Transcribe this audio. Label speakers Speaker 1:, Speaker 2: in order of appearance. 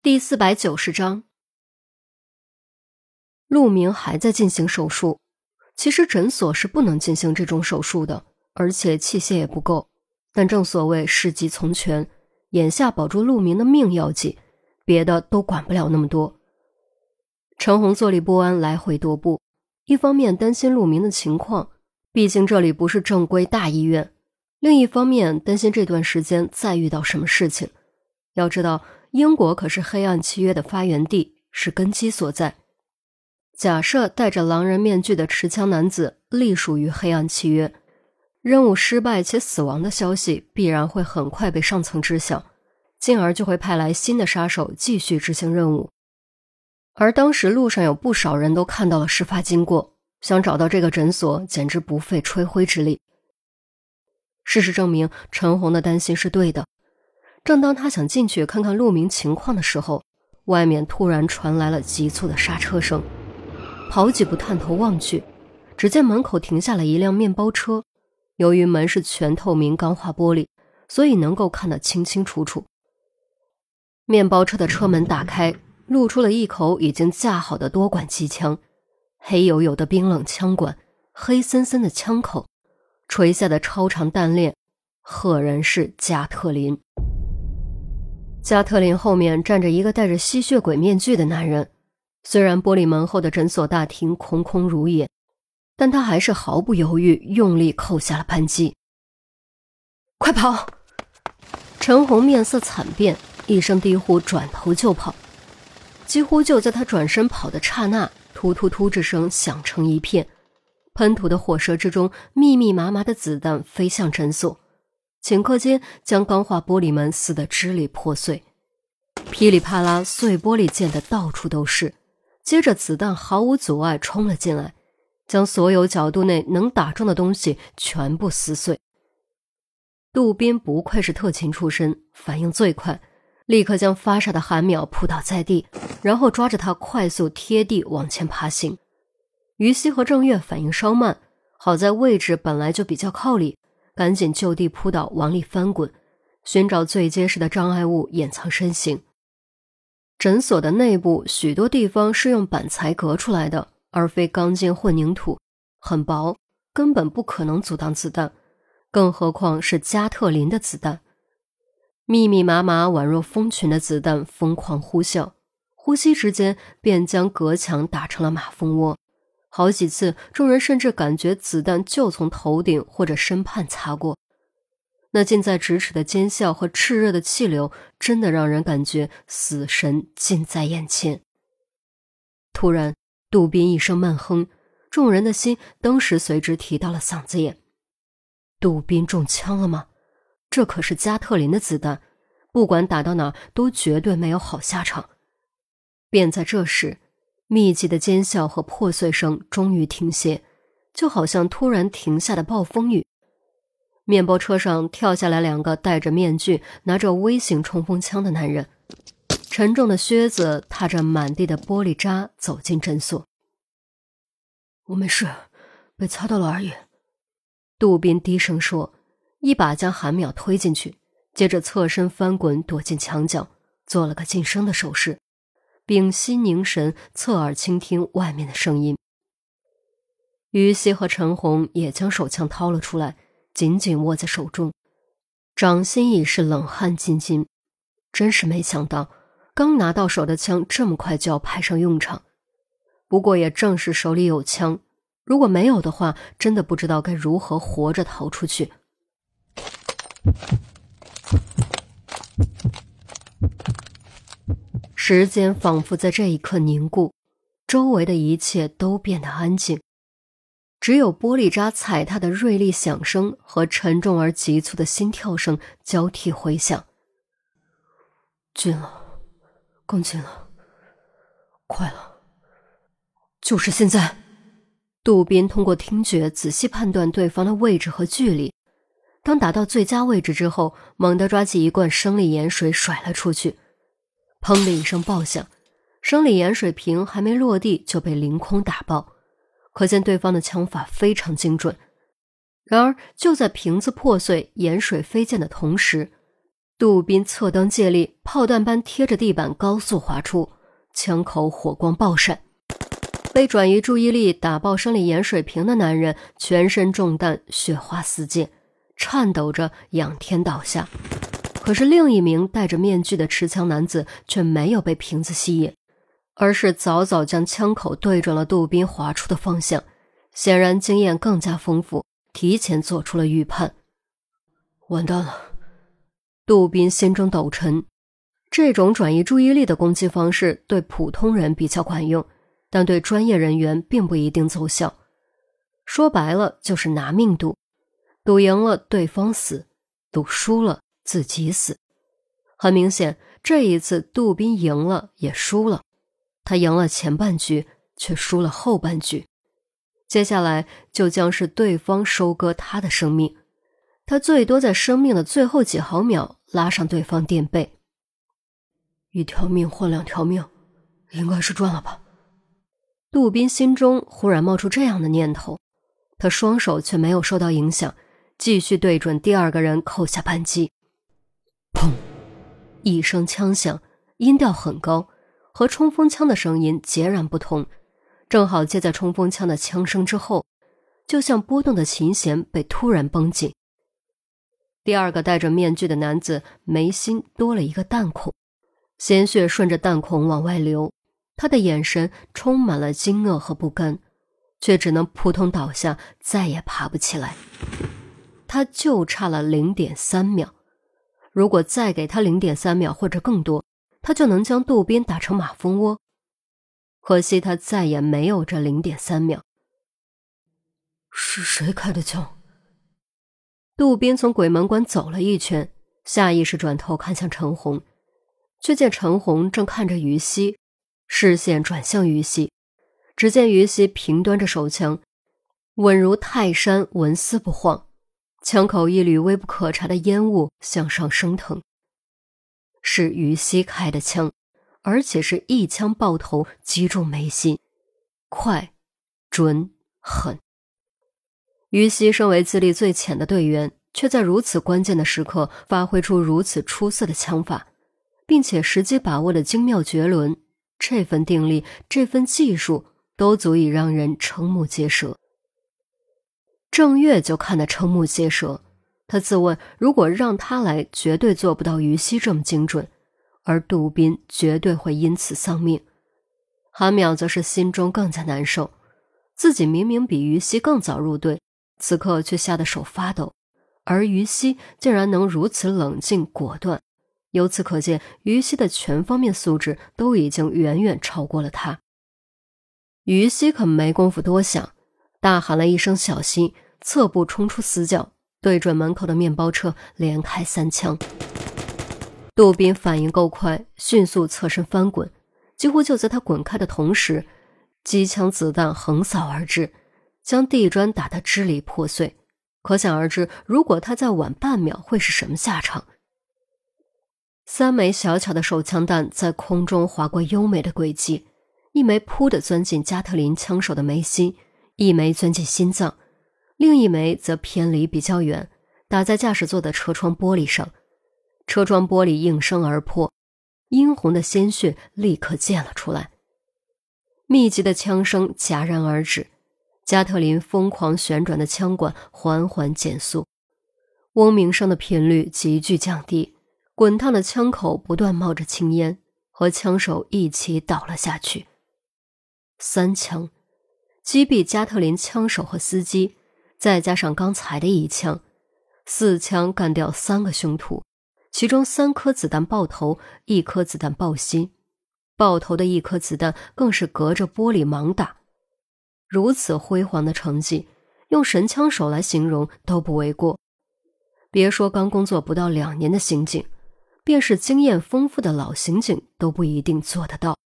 Speaker 1: 第490章，陆明还在进行手术。其实诊所是不能进行这种手术的，而且器械也不够。但正所谓事急从权，眼下保住陆明的命要紧，别的都管不了那么多。陈红坐立不安，来回踱步，一方面担心陆明的情况，毕竟这里不是正规大医院；另一方面担心这段时间再遇到什么事情。要知道，英国可是黑暗契约的发源地，是根基所在。假设戴着狼人面具的持枪男子隶属于黑暗契约，任务失败且死亡的消息必然会很快被上层知晓，进而就会派来新的杀手继续执行任务。而当时路上有不少人都看到了事发经过，想找到这个诊所简直不费吹灰之力。事实证明，陈红的担心是对的。正当他想进去看看陆明情况的时候，外面突然传来了急促的刹车声。跑几步探头望去，只见门口停下了一辆面包车，由于门是全透明钢化玻璃，所以能够看得清清楚楚。面包车的车门打开，露出了一口已经架好的多管机枪，黑黝黝的冰冷枪管，黑森森的枪口，垂下的超长弹链，赫然是加特林。加特林后面站着一个戴着吸血鬼面具的男人，虽然玻璃门后的诊所大厅空空如也，但他还是毫不犹豫用力扣下了扳机。快跑！陈红面色惨变，一声低呼，转头就跑。几乎就在他转身跑的刹那，突突突之声响成一片，喷吐的火舌之中，密密麻麻的子弹飞向诊所，顷刻间将钢化玻璃门撕得支离破碎，噼里啪啦碎玻璃溅得到处都是。接着子弹毫无阻碍冲了进来，将所有角度内能打中的东西全部撕碎。杜宾不愧是特勤出身，反应最快，立刻将发射的韩淼扑倒在地，然后抓着他快速贴地往前爬行。于西和郑月反应稍慢，好在位置本来就比较靠里，赶紧就地扑倒往里翻滚，寻找最结实的障碍物掩藏身形。诊所的内部许多地方是用板材隔出来的，而非钢筋混凝土，很薄，根本不可能阻挡子弹，更何况是加特林的子弹。密密麻麻宛若蜂群的子弹疯狂呼啸，呼吸之间便将隔墙打成了马蜂窝。好几次众人甚至感觉子弹就从头顶或者身畔擦过，那近在咫尺的尖啸和炽热的气流真的让人感觉死神近在眼前。突然杜宾一声闷哼，众人的心当时随之提到了嗓子眼。杜宾中枪了吗？这可是加特林的子弹，不管打到哪都绝对没有好下场。便在这时，密集的尖啸和破碎声终于停歇，就好像突然停下的暴风雨。面包车上跳下来两个戴着面具拿着微型冲锋枪的男人，沉重的靴子踏着满地的玻璃渣走进诊所。我没事，被擦到了而已。杜宾低声说，一把将韩淼推进去，接着侧身翻滚躲进墙角，做了个噤声的手势，屏息凝神，侧耳倾听外面的声音。于西和陈红也将手枪掏了出来，紧紧握在手中，掌心已是冷汗津津。真是没想到，刚拿到手的枪这么快就要派上用场。不过也正是手里有枪，如果没有的话，真的不知道该如何活着逃出去。时间仿佛在这一刻凝固，周围的一切都变得安静。只有玻璃渣踩踏的锐利响声和沉重而急促的心跳声交替回响。近了，更近了，快了，就是现在！杜宾通过听觉仔细判断对方的位置和距离，当达到最佳位置之后，猛地抓起一罐生理盐水甩了出去。砰的一声爆响，生理盐水瓶还没落地就被凌空打爆，可见对方的枪法非常精准。然而就在瓶子破碎、盐水飞溅的同时， 杜宾侧蹬借力，炮弹般贴着地板高速滑出，枪口火光爆闪。被转移注意力打爆生理盐水瓶的男人全身中弹，血花四溅，颤抖着仰天倒下。可是另一名戴着面具的持枪男子却没有被瓶子吸引，而是早早将枪口对准了杜宾滑出的方向，显然经验更加丰富，提前做出了预判。完蛋了，杜宾心中抖沉。这种转移注意力的攻击方式对普通人比较管用，但对专业人员并不一定奏效。说白了就是拿命赌，赌赢了对方死，赌输了自己死。很明显，这一次杜宾赢了也输了，他赢了前半局，却输了后半局。接下来就将是对方收割他的生命，他最多在生命的最后几毫秒拉上对方垫背。一条命换2条命，应该是赚了吧。杜宾心中忽然冒出这样的念头，他双手却没有受到影响，继续对准第二个人扣下扳机。砰！一声枪响，音调很高，和冲锋枪的声音截然不同，正好接在冲锋枪的枪声之后，就像拨动的琴弦被突然绷紧。第二个戴着面具的男子眉心多了一个弹孔，鲜血顺着弹孔往外流，他的眼神充满了惊愕和不甘，却只能扑通倒下，再也爬不起来。他就差了 0.3 秒，如果再给他 0.3 秒或者更多，他就能将杜宾打成马蜂窝。可惜他再也没有这 0.3 秒。是谁开的枪？杜宾从鬼门关走了一圈，下意识转头看向陈红，却见陈红正看着于西，视线转向于西，只见于西平端着手枪，稳如泰山，纹丝不晃，枪口一缕微不可察的烟雾向上升腾。是于西开的枪，而且是一枪爆头，击中眉心，快、准、狠。于西身为资历最浅的队员，却在如此关键的时刻发挥出如此出色的枪法，并且时机把握的精妙绝伦，这份定力，这份技术都足以让人瞠目结舌。郑月就看得瞠目结舌，他自问如果让他来，绝对做不到于西这么精准，而杜宾绝对会因此丧命。韩淼则是心中更加难受，自己明明比于西更早入队，此刻却吓得手发抖，而于西竟然能如此冷静果断，由此可见于西的全方面素质都已经远远超过了他。于西可没工夫多想，大喊了一声小心，侧步冲出死角，对准门口的面包车连开3枪。杜宾反应够快，迅速侧身翻滚，几乎就在他滚开的同时，机枪子弹横扫而至，将地砖打得支离破碎，可想而知，如果他再晚半秒会是什么下场。3枚小巧的手枪弹在空中划过优美的轨迹，一枚扑地钻进加特林枪手的眉心，一枚钻进心脏，另一枚则偏离比较远，打在驾驶座的车窗玻璃上，车窗玻璃应声而破，殷红的鲜血立刻溅了出来。密集的枪声戛然而止，加特林疯狂旋转的枪管缓缓减速，嗡鸣声的频率急剧降低，滚烫的枪口不断冒着青烟，和枪手一起倒了下去。3枪击毙加特林枪手和司机，再加上刚才的1枪，4枪干掉3个凶徒，其中3颗子弹爆头，1颗子弹爆心，爆头的1颗子弹更是隔着玻璃盲打。如此辉煌的成绩，用神枪手来形容都不为过。别说刚工作不到2年的刑警，便是经验丰富的老刑警都不一定做得到。